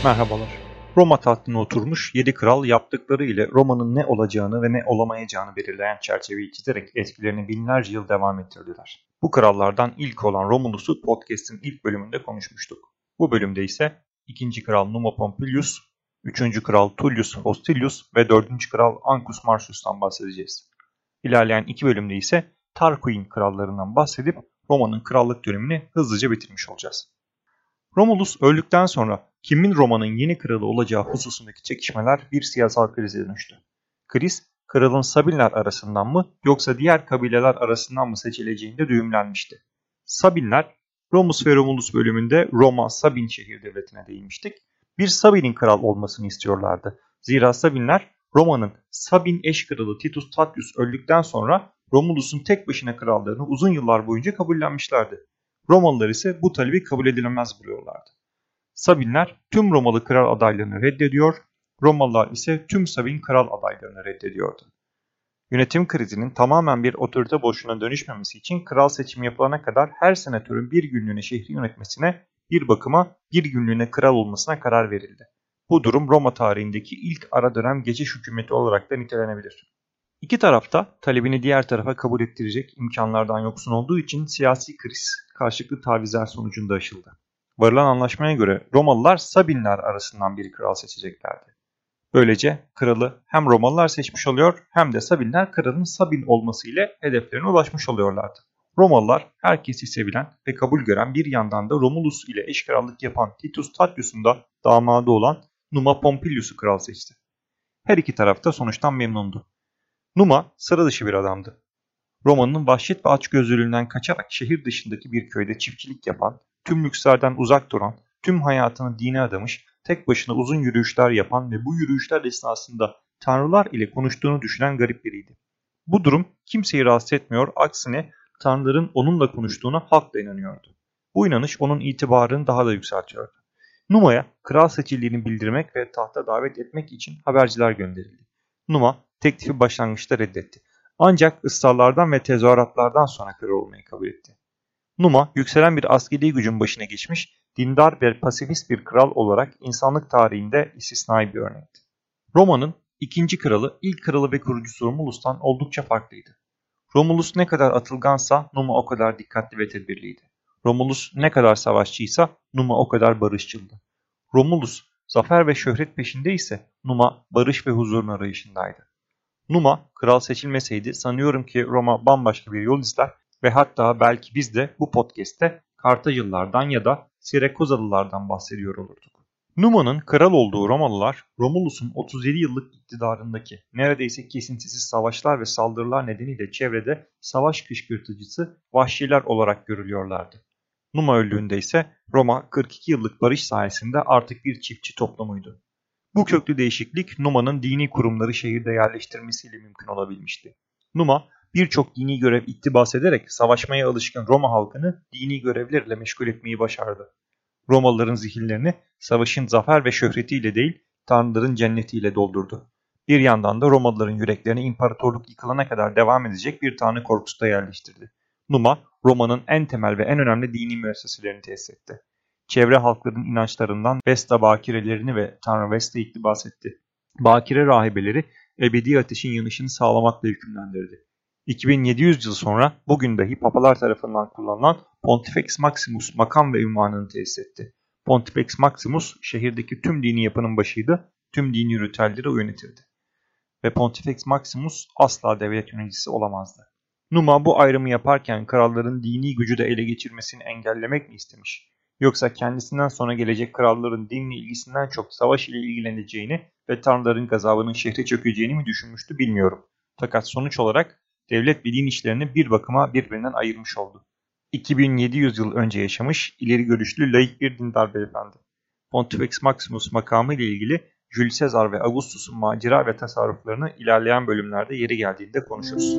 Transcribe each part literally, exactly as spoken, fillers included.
Merhabalar. Roma tahtına oturmuş yedi kral yaptıkları ile Roma'nın ne olacağını ve ne olamayacağını belirleyen çerçeveyi çizerek etkilerini binlerce yıl devam ettirdiler. Bu krallardan ilk olan Romulus'u podcast'in ilk bölümünde konuşmuştuk. Bu bölümde ise ikinci kral Numa Pompilius, üçüncü kral Tullius Hostilius ve dördüncü kral Ancus Marcius'tan bahsedeceğiz. İlerleyen iki bölümde ise Tarquin krallarından bahsedip Roma'nın krallık dönemini hızlıca bitirmiş olacağız. Romulus öldükten sonra kimin Roma'nın yeni kralı olacağı hususundaki çekişmeler bir siyasal krize dönüştü. Kriz, kralın Sabinler arasından mı yoksa diğer kabileler arasından mı seçileceğinde düğümlenmişti. Sabinler, Romus ve Romulus bölümünde Roma Sabin şehir devletine değinmiştik. Bir Sabin'in kral olmasını istiyorlardı. Zira Sabinler Roma'nın Sabin eş kralı Titus Tatius öldükten sonra Romulus'un tek başına krallığını uzun yıllar boyunca kabullenmişlerdi. Romalılar ise bu talebi kabul edilemez buluyorlardı. Sabinler tüm Romalı kral adaylarını reddediyor, Romalılar ise tüm Sabin kral adaylarını reddediyordu. Yönetim krizinin tamamen bir otorite boşluğuna dönüşmemesi için kral seçimi yapılana kadar her senatörün bir günlüğüne şehri yönetmesine, bir bakıma bir günlüğüne kral olmasına karar verildi. Bu durum Roma tarihindeki ilk ara dönem geçiş hükümeti olarak da nitelenebilir. İki taraf da talebini diğer tarafa kabul ettirecek imkanlardan yoksun olduğu için siyasi kriz karşılıklı tavizler sonucunda aşıldı. Varılan anlaşmaya göre Romalılar Sabinler arasından bir kral seçeceklerdi. Böylece kralı hem Romalılar seçmiş oluyor hem de Sabinler kralın Sabin olması ile hedeflerine ulaşmış oluyorlardı. Romalılar herkesi sevilen ve kabul gören bir yandan da Romulus ile eş krallık yapan Titus Tatius'un da damadı olan Numa Pompilius'u kral seçti. Her iki taraf da sonuçtan memnundu. Numa sıra dışı bir adamdı. Roma'nın vahşet ve açgözlülüğünden kaçarak şehir dışındaki bir köyde çiftçilik yapan, tüm lükslerden uzak duran, tüm hayatını dine adamış, tek başına uzun yürüyüşler yapan ve bu yürüyüşler esnasında tanrılar ile konuştuğunu düşünen garip biriydi. Bu durum kimseyi rahatsız etmiyor, aksine tanrıların onunla konuştuğuna halk da inanıyordu. Bu inanış onun itibarını daha da yükseltiyordu. Numa'ya kral seçildiğini bildirmek ve tahta davet etmek için haberciler gönderildi. Numa teklifi başlangıçta reddetti. Ancak ısrarlardan ve tezahüratlardan sonra kral olmayı kabul etti. Numa yükselen bir askeri gücün başına geçmiş, dindar ve pasifist bir kral olarak insanlık tarihinde istisnai bir örnekti. Roma'nın ikinci kralı ilk kralı ve kurucusu Romulus'tan oldukça farklıydı. Romulus ne kadar atılgansa Numa o kadar dikkatli ve tedbirliydi. Romulus ne kadar savaşçıysa Numa o kadar barışçıldı. Romulus zafer ve şöhret peşinde ise Numa barış ve huzurun arayışındaydı. Numa kral seçilmeseydi sanıyorum ki Roma bambaşka bir yol izler ve hatta belki biz de bu podcast'te Kartacılılardan ya da Sirakuzalılardan bahsediyor olurduk. Numa'nın kral olduğu Romalılar Romulus'un otuz yedi yıllık iktidarındaki neredeyse kesintisiz savaşlar ve saldırılar nedeniyle çevrede savaş kışkırtıcısı vahşiler olarak görülüyorlardı. Numa öldüğünde ise Roma kırk iki yıllık barış sayesinde artık bir çiftçi toplumuydu. Bu köklü değişiklik Numa'nın dini kurumları şehirde yerleştirmesiyle mümkün olabilmişti. Numa birçok dini görev iktibas ederek savaşmaya alışkın Roma halkını dini görevlerle meşgul etmeyi başardı. Romalıların zihinlerini savaşın zafer ve şöhretiyle değil tanrıların cennetiyle doldurdu. Bir yandan da Romalıların yüreklerine imparatorluk yıkılana kadar devam edecek bir tanrı korkusu da yerleştirdi. Numa Roma'nın en temel ve en önemli dini müesseselerini tesis etti. Çevre halkların inançlarından Vesta bakirelerini ve Tanrı Vesta'yı iktibas etti. Bakire rahibeleri ebedi ateşin yanışını sağlamakla hükümlendirdi. iki bin yedi yüz yıl sonra bugün dahi papalar tarafından kullanılan Pontifex Maximus makam ve ünvanını tesis etti. Pontifex Maximus şehirdeki tüm dini yapının başıydı, tüm dini ritüelleri o yönetirdi. Ve Pontifex Maximus asla devlet yöneticisi olamazdı. Numa bu ayrımı yaparken kralların dini gücü de ele geçirmesini engellemek mi istemiş? Yoksa kendisinden sonra gelecek kralların dinle ilgisinden çok savaş ile ilgileneceğini ve tanrıların gazabının şehre çökeceğini mi düşünmüştü bilmiyorum. Fakat sonuç olarak devlet ve din işlerini bir bakıma birbirinden ayırmış oldu. iki bin yedi yüz yıl önce yaşamış, ileri görüşlü laik bir dindar beyefendi. Pontifex Maximus makamı ile ilgili Julius Caesar ve Augustus'un macera ve tasarruflarını ilerleyen bölümlerde yeri geldiğinde konuşuruz.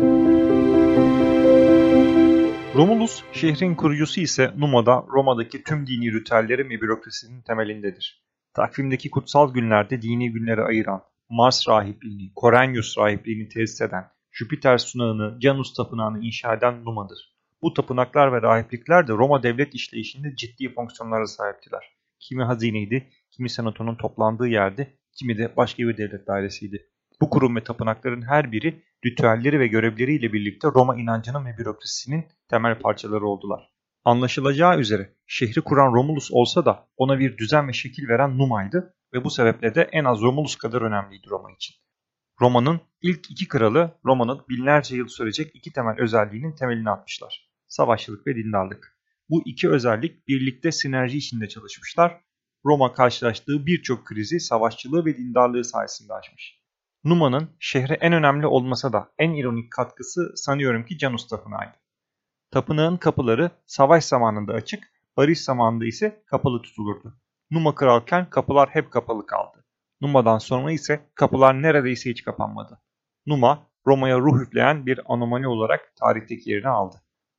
Romulus şehrin kurucusu ise Numa'da Roma'daki tüm dini ritüellerin ve bürokrasinin temelindedir. Takvimdeki kutsal günlerde dini günleri ayıran, Mars rahipliğini, Corenius rahipliğini tesis eden, Jüpiter sunağını, Janus tapınağını inşa eden Numa'dır. Bu tapınaklar ve rahiplikler de Roma devlet işleyişinde ciddi fonksiyonlara sahiptiler. Kimi hazineydi, kimi senatonun toplandığı yerdi, kimi de başka bir devlet dairesiydi. Bu kurum ve tapınakların her biri ritüelleri ve görevleriyle birlikte Roma inancının ve bürokrasisinin temel parçaları oldular. Anlaşılacağı üzere şehri kuran Romulus olsa da ona bir düzen ve şekil veren Numa'ydı ve bu sebeple de en az Romulus kadar önemliydi Roma için. Roma'nın ilk iki kralı Roma'nın binlerce yıl sürecek iki temel özelliğinin temelini atmışlar. Savaşçılık ve dindarlık. Bu iki özellik birlikte sinerji içinde çalışmışlar. Roma karşılaştığı birçok krizi savaşçılığı ve dindarlığı sayesinde aşmış. Numa'nın şehre en önemli olmasa da en ironik katkısı sanıyorum ki Janus Tapınağı'ydı. Tapınağın kapıları savaş zamanında açık, barış zamanında ise kapalı tutulurdu. Numa kralken kapılar hep kapalı kaldı. Numa'dan sonra ise kapılar neredeyse hiç kapanmadı. Numa, Roma'ya ruh üfleyen bir anomali olarak tarihteki yerini aldı.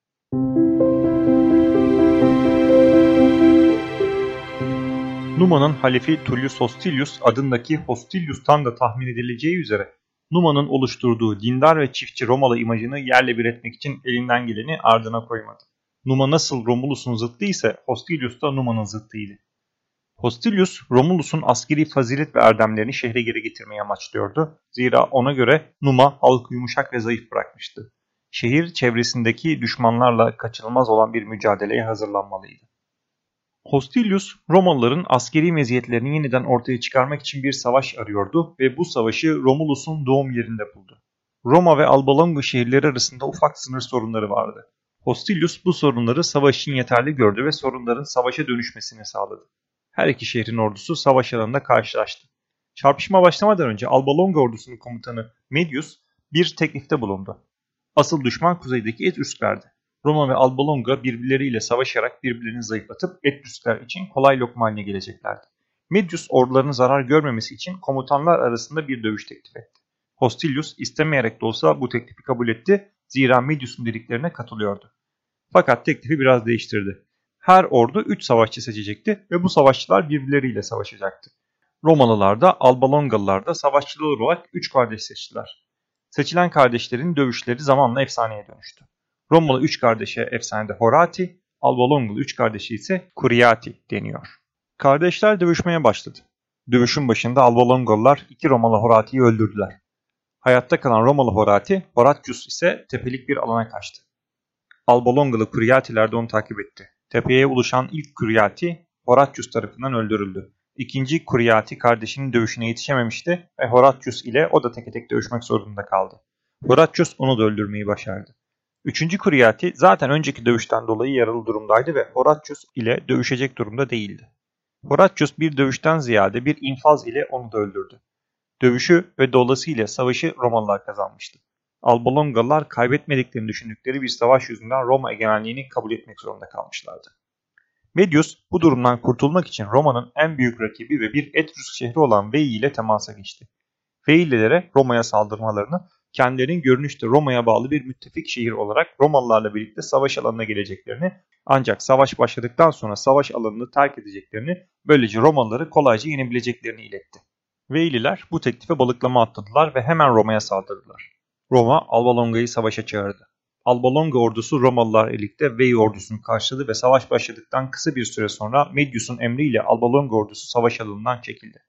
Numa'nın halefi Tullius Hostilius adındaki Hostilius'tan da tahmin edileceği üzere Numa'nın oluşturduğu dindar ve çiftçi Romalı imajını yerle bir etmek için elinden geleni ardına koymadı. Numa nasıl Romulus'un zıttı ise Hostilius da Numa'nın zıttıydı. Hostilius, Romulus'un askeri fazilet ve erdemlerini şehre geri getirmeyi amaçlıyordu. Zira ona göre Numa halkı yumuşak ve zayıf bırakmıştı. Şehir çevresindeki düşmanlarla kaçınılmaz olan bir mücadeleye hazırlanmalıydı. Hostilius, Romalıların askeri meziyetlerini yeniden ortaya çıkarmak için bir savaş arıyordu ve bu savaşı Romulus'un doğum yerinde buldu. Roma ve Alba Longa şehirleri arasında ufak sınır sorunları vardı. Hostilius bu sorunları savaş için yeterli gördü ve sorunların savaşa dönüşmesini sağladı. Her iki şehrin ordusu savaş alanında karşılaştı. Çarpışma başlamadan önce Alba Longa ordusunun komutanı Medius bir teklifte bulundu. Asıl düşman kuzeydeki Etrüsklerdi. Roma ve Alba Longa birbirleriyle savaşarak birbirlerini zayıflatıp Etrüskler için kolay lokma haline geleceklerdi. Medius ordularının zarar görmemesi için komutanlar arasında bir dövüş teklif etti. Hostilius istemeyerek de olsa bu teklifi kabul etti, zira Medius'un dediklerine katılıyordu. Fakat teklifi biraz değiştirdi. Her ordu üç savaşçı seçecekti ve bu savaşçılar birbirleriyle savaşacaktı. Romalılar da Alba Longalılar da savaşçılar olarak üç kardeş seçtiler. Seçilen kardeşlerin dövüşleri zamanla efsaneye dönüştü. Romalı üç kardeşe efsanede Horati, Alba Longalı üç kardeşi ise Curiati deniyor. Kardeşler dövüşmeye başladı. Dövüşün başında Alba Longalılar iki Romalı Horati'yi öldürdüler. Hayatta kalan Romalı Horati, Horatius ise tepelik bir alana kaçtı. Alba Longalı Curiatiler de onu takip etti. Tepeye ulaşan ilk Curiati, Horatius tarafından öldürüldü. İkinci Curiati kardeşinin dövüşüne yetişememişti ve Horatius ile o da teke tek dövüşmek zorunda kaldı. Horatius onu da öldürmeyi başardı. Üçüncü Curiati zaten önceki dövüşten dolayı yaralı durumdaydı ve Horatius ile dövüşecek durumda değildi. Horatius bir dövüşten ziyade bir infaz ile onu da öldürdü. Dövüşü ve dolayısıyla savaşı Romalılar kazanmıştı. Alba Longalılar kaybetmediklerini düşündükleri bir savaş yüzünden Roma egemenliğini kabul etmek zorunda kalmışlardı. Medius bu durumdan kurtulmak için Roma'nın en büyük rakibi ve bir Etrüsk şehri olan Veii ile temasa geçti. Veililere Roma'ya saldırmalarını, kendilerinin görünüşte Roma'ya bağlı bir müttefik şehir olarak Romalılarla birlikte savaş alanına geleceklerini, ancak savaş başladıktan sonra savaş alanını terk edeceklerini, böylece Romalıları kolayca yenebileceklerini iletti. Veililer bu teklife balıklama atladılar ve hemen Roma'ya saldırdılar. Roma, Alba Longa'yı savaşa çağırdı. Alba Longa ordusu Romalılar birlikte Veii ordusunu karşıladı ve savaş başladıktan kısa bir süre sonra Medius'un emriyle Alba Longa ordusu savaş alanından çekildi.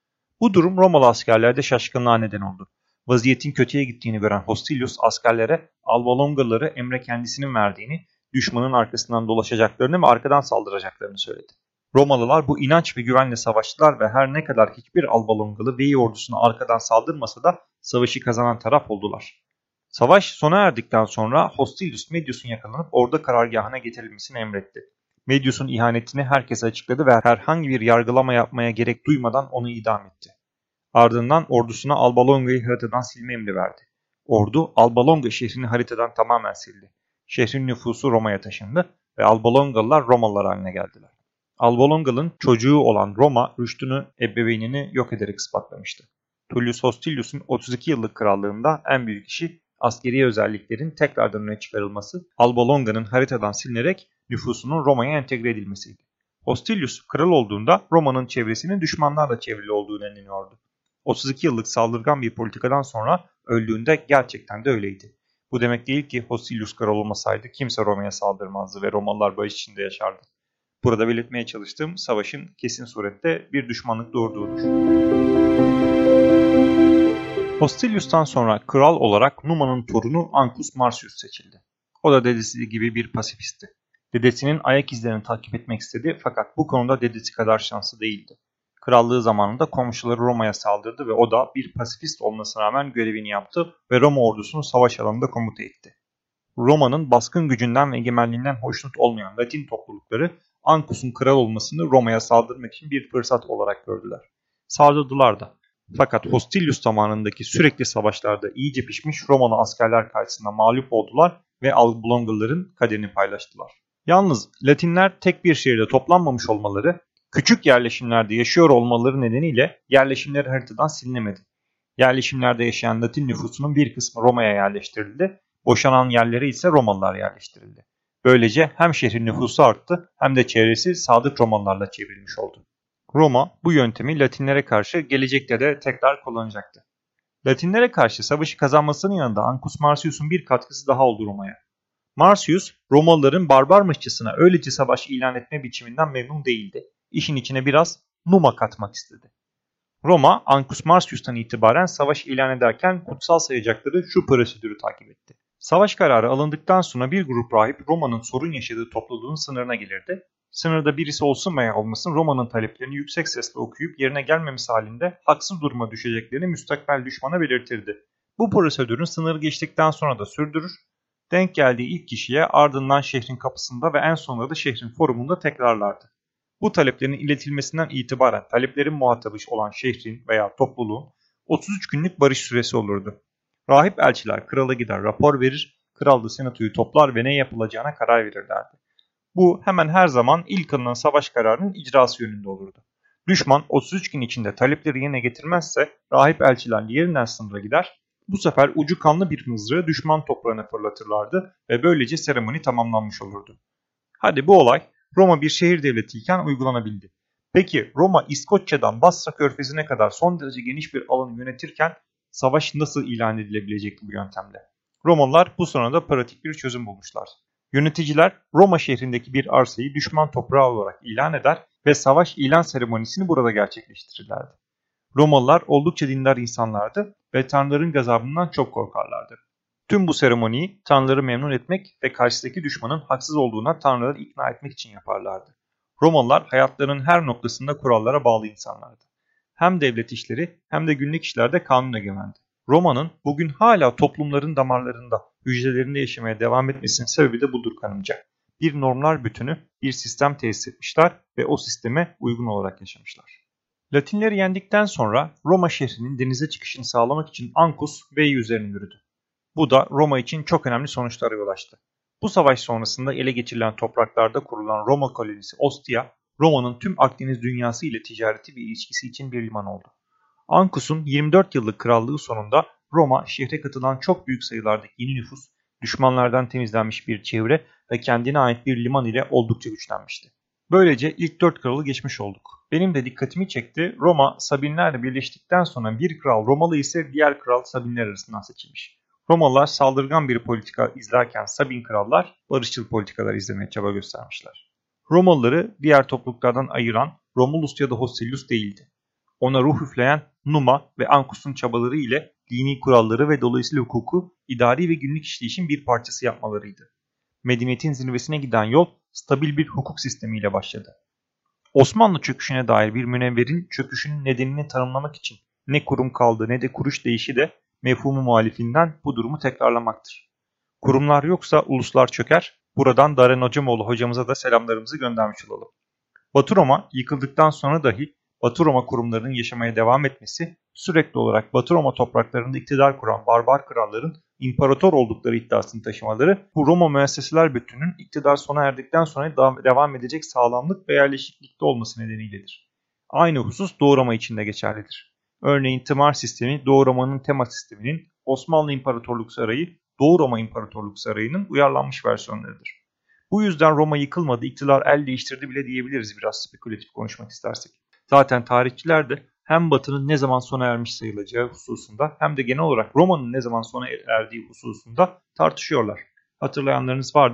Bu durum Romalı askerlerde şaşkınlığa neden oldu. Vaziyetin kötüye gittiğini gören Hostilius askerlere Alba Longalıları emre kendisinin verdiğini, düşmanın arkasından dolaşacaklarını ve arkadan saldıracaklarını söyledi. Romalılar bu inanç ve güvenle savaştılar ve her ne kadar hiçbir Alba Longalı Veii ordusuna arkadan saldırmasa da savaşı kazanan taraf oldular. Savaş sona erdikten sonra Hostilius Medius'un yakalanıp ordu karargahına getirilmesini emretti. Medius'un ihanetini herkese açıkladı ve herhangi bir yargılama yapmaya gerek duymadan onu idam etti. Ardından ordusuna Alba Longa'yı haritadan silme emri verdi. Ordu Alba Longa şehrini haritadan tamamen sildi. Şehrin nüfusu Roma'ya taşındı ve Alba Longalılar Romalılar haline geldiler. Alba Longalı'nın çocuğu olan Roma, rüştünü, ebeveynini yok ederek ispatlamıştı. Tullius Hostilius'un otuz iki yıllık krallığında en büyük işi askeri özelliklerin tekrardan öne çıkarılması, Alba Longa'nın haritadan silinerek nüfusunun Roma'ya entegre edilmesiydi. Hostilius kral olduğunda Roma'nın çevresinin düşmanlarla çevrili olduğunu inanıyordu. otuz iki yıllık saldırgan bir politikadan sonra öldüğünde gerçekten de öyleydi. Bu demek değil ki Hostilius kral olmasaydı kimse Roma'ya saldırmazdı ve Romalılar barış içinde yaşardı. Burada belirtmeye çalıştığım savaşın kesin surette bir düşmanlık doğurduğudur. Hostilius'tan sonra kral olarak Numa'nın torunu Ancus Marcius seçildi. O da dedesi gibi bir pasifisti. Dedesinin ayak izlerini takip etmek istedi fakat bu konuda dedesi kadar şanslı değildi. Krallığı zamanında komşuları Roma'ya saldırdı ve o da bir pasifist olmasına rağmen görevini yaptı ve Roma ordusunu savaş alanında komuta etti. Roma'nın baskın gücünden ve egemenliğinden hoşnut olmayan Latin toplulukları Ancus'un kral olmasını Roma'ya saldırmak için bir fırsat olarak gördüler. Saldırdılar da. Fakat Hostilius zamanındaki sürekli savaşlarda iyice pişmiş Romalı askerler karşısında mağlup oldular ve Albolongalıların kaderini paylaştılar. Yalnız Latinler tek bir şehirde toplanmamış olmaları, küçük yerleşimlerde yaşıyor olmaları nedeniyle yerleşimleri haritadan silinemedi. Yerleşimlerde yaşayan Latin nüfusunun bir kısmı Roma'ya yerleştirildi, boşanan yerlere ise Romalılar yerleştirildi. Böylece hem şehrin nüfusu arttı hem de çevresi sadık Romalılarla çevrilmiş oldu. Roma bu yöntemi Latinlere karşı gelecekte de tekrar kullanacaktı. Latinlere karşı savaşı kazanmasının yanında Ancus Marcius'un bir katkısı daha oldu Roma'ya. Marcius, Romalıların barbarmışçasına öylece savaş ilan etme biçiminden memnun değildi. İşin içine biraz Numa katmak istedi. Roma, Ancus Marcius'tan itibaren savaş ilan ederken kutsal sayacakları şu prosedürü takip etti. Savaş kararı alındıktan sonra bir grup rahip Roma'nın sorun yaşadığı topluluğun sınırına gelirdi. Sınırda birisi olsun veya olmasın Roma'nın taleplerini yüksek sesle okuyup yerine gelmemesi halinde haksız duruma düşeceklerini müstakbel düşmana belirtirdi. Bu prosedürün sınırı geçtikten sonra da sürdürür, denk geldiği ilk kişiye ardından şehrin kapısında ve en sonunda da şehrin forumunda tekrarlardı. Bu taleplerin iletilmesinden itibaren taleplerin muhatabı olan şehrin veya topluluğun otuz üç günlük barış süresi olurdu. Rahip elçiler krala gider rapor verir, kral da senatoyu toplar ve ne yapılacağına karar verirlerdi. Bu hemen her zaman ilk alınan savaş kararının icrası yönünde olurdu. Düşman otuz üç gün içinde talepleri yerine getirmezse rahip elçiler yerinden sınıra gider, bu sefer ucu kanlı bir mızrağı düşman toprağına fırlatırlardı ve böylece seremoni tamamlanmış olurdu. Hadi bu olay Roma bir şehir devletiyken uygulanabildi. Peki Roma İskoçya'dan Basra Körfezi'ne kadar son derece geniş bir alanı yönetirken savaş nasıl ilan edilebilecekti bu yöntemle? Romalılar bu soruna pratik bir çözüm bulmuşlar. Yöneticiler Roma şehrindeki bir arsayı düşman toprağı olarak ilan eder ve savaş ilan seremonisini burada gerçekleştirirlerdi. Romalılar oldukça dindar insanlardı ve tanrıların gazabından çok korkarlardı. Tüm bu seremoniyi tanrıları memnun etmek ve karşıdaki düşmanın haksız olduğuna tanrıları ikna etmek için yaparlardı. Romalılar hayatlarının her noktasında kurallara bağlı insanlardı. Hem devlet işleri hem de günlük işlerde kanun egemendi. Roma'nın bugün hala toplumların damarlarında, hücrelerinde yaşamaya devam etmesinin sebebi de budur kanımca. Bir normlar bütünü, bir sistem tesis etmişler ve o sisteme uygun olarak yaşamışlar. Latinleri yendikten sonra Roma şehrinin denize çıkışını sağlamak için Ancus Veii üzerine yürüdü. Bu da Roma için çok önemli sonuçlara yol açtı. Bu savaş sonrasında ele geçirilen topraklarda kurulan Roma kolonisi Ostia, Roma'nın tüm Akdeniz dünyası ile ticareti ve ilişkisi için bir liman oldu. Ancus'un yirmi dört yıllık krallığı sonunda Roma şehre katılan çok büyük sayılardaki yeni nüfus, düşmanlardan temizlenmiş bir çevre ve kendine ait bir liman ile oldukça güçlenmişti. Böylece ilk dört kralı geçmiş olduk. Benim de dikkatimi çekti. Roma Sabinlerle birleştikten sonra bir kral Romalı ise diğer kral Sabinler arasından seçilmiş. Romalılar saldırgan bir politika izlerken Sabin krallar barışçıl politikalar izlemeye çaba göstermişler. Romalıları diğer topluluklardan ayıran Romulus ya da Hostilius değildi. Ona ruh üfleyen Numa ve Ancus'un çabaları ile dini kuralları ve dolayısıyla hukuku idari ve günlük işleyişin bir parçası yapmalarıydı. Medeniyetin zirvesine giden yol stabil bir hukuk sistemiyle başladı. Osmanlı çöküşüne dair bir münevverin çöküşünün nedenini tanımlamak için ne kurum kaldı ne de kuruş değişi de mefhumu muhalifinden bu durumu tekrarlamaktır. Kurumlar yoksa uluslar çöker. Buradan Daren Hocamoğlu hocamıza da selamlarımızı göndermiş olalım. Batı Roma yıkıldıktan sonra dahi Batı Roma kurumlarının yaşamaya devam etmesi, sürekli olarak Batı Roma topraklarında iktidar kuran barbar kralların imparator oldukları iddiasını taşımaları, bu Roma müesseseler bütününün iktidar sona erdikten sonra devam edecek sağlamlık ve yerleşiklikte olması nedeniyledir. Aynı husus Doğu Roma için de geçerlidir. Örneğin tımar sistemi Doğu Roma'nın tema sisteminin, Osmanlı İmparatorluk Sarayı Doğu Roma İmparatorluk Sarayı'nın uyarlanmış versiyonlarıdır. Bu yüzden Roma yıkılmadı, iktidar el değiştirdi bile diyebiliriz biraz spekülatif konuşmak istersek. Zaten tarihçiler de hem Batı'nın ne zaman sona ermiş sayılacağı hususunda hem de genel olarak Roma'nın ne zaman sona erdiği hususunda tartışıyorlar. Hatırlayanlarınız vardır.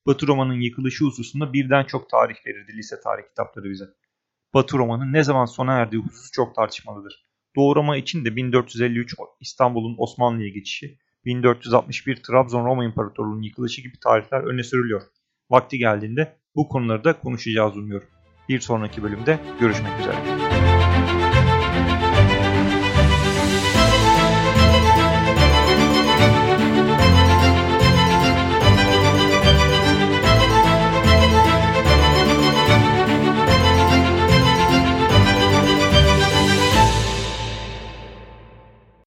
Batı Roma'nın yıkılışı hususunda birden çok tarih verirdi lise tarih kitapları bize. Batı Roma'nın ne zaman sona erdiği hususu çok tartışmalıdır. Doğu Roma için de bin dört yüz elli üç İstanbul'un Osmanlı'ya geçişi, bin dört yüz altmış bir Trabzon Roma İmparatorluğu'nun yıkılışı gibi tarihler öne sürülüyor. Vakti geldiğinde bu konuları da konuşacağız umuyorum. Bir sonraki bölümde görüşmek üzere.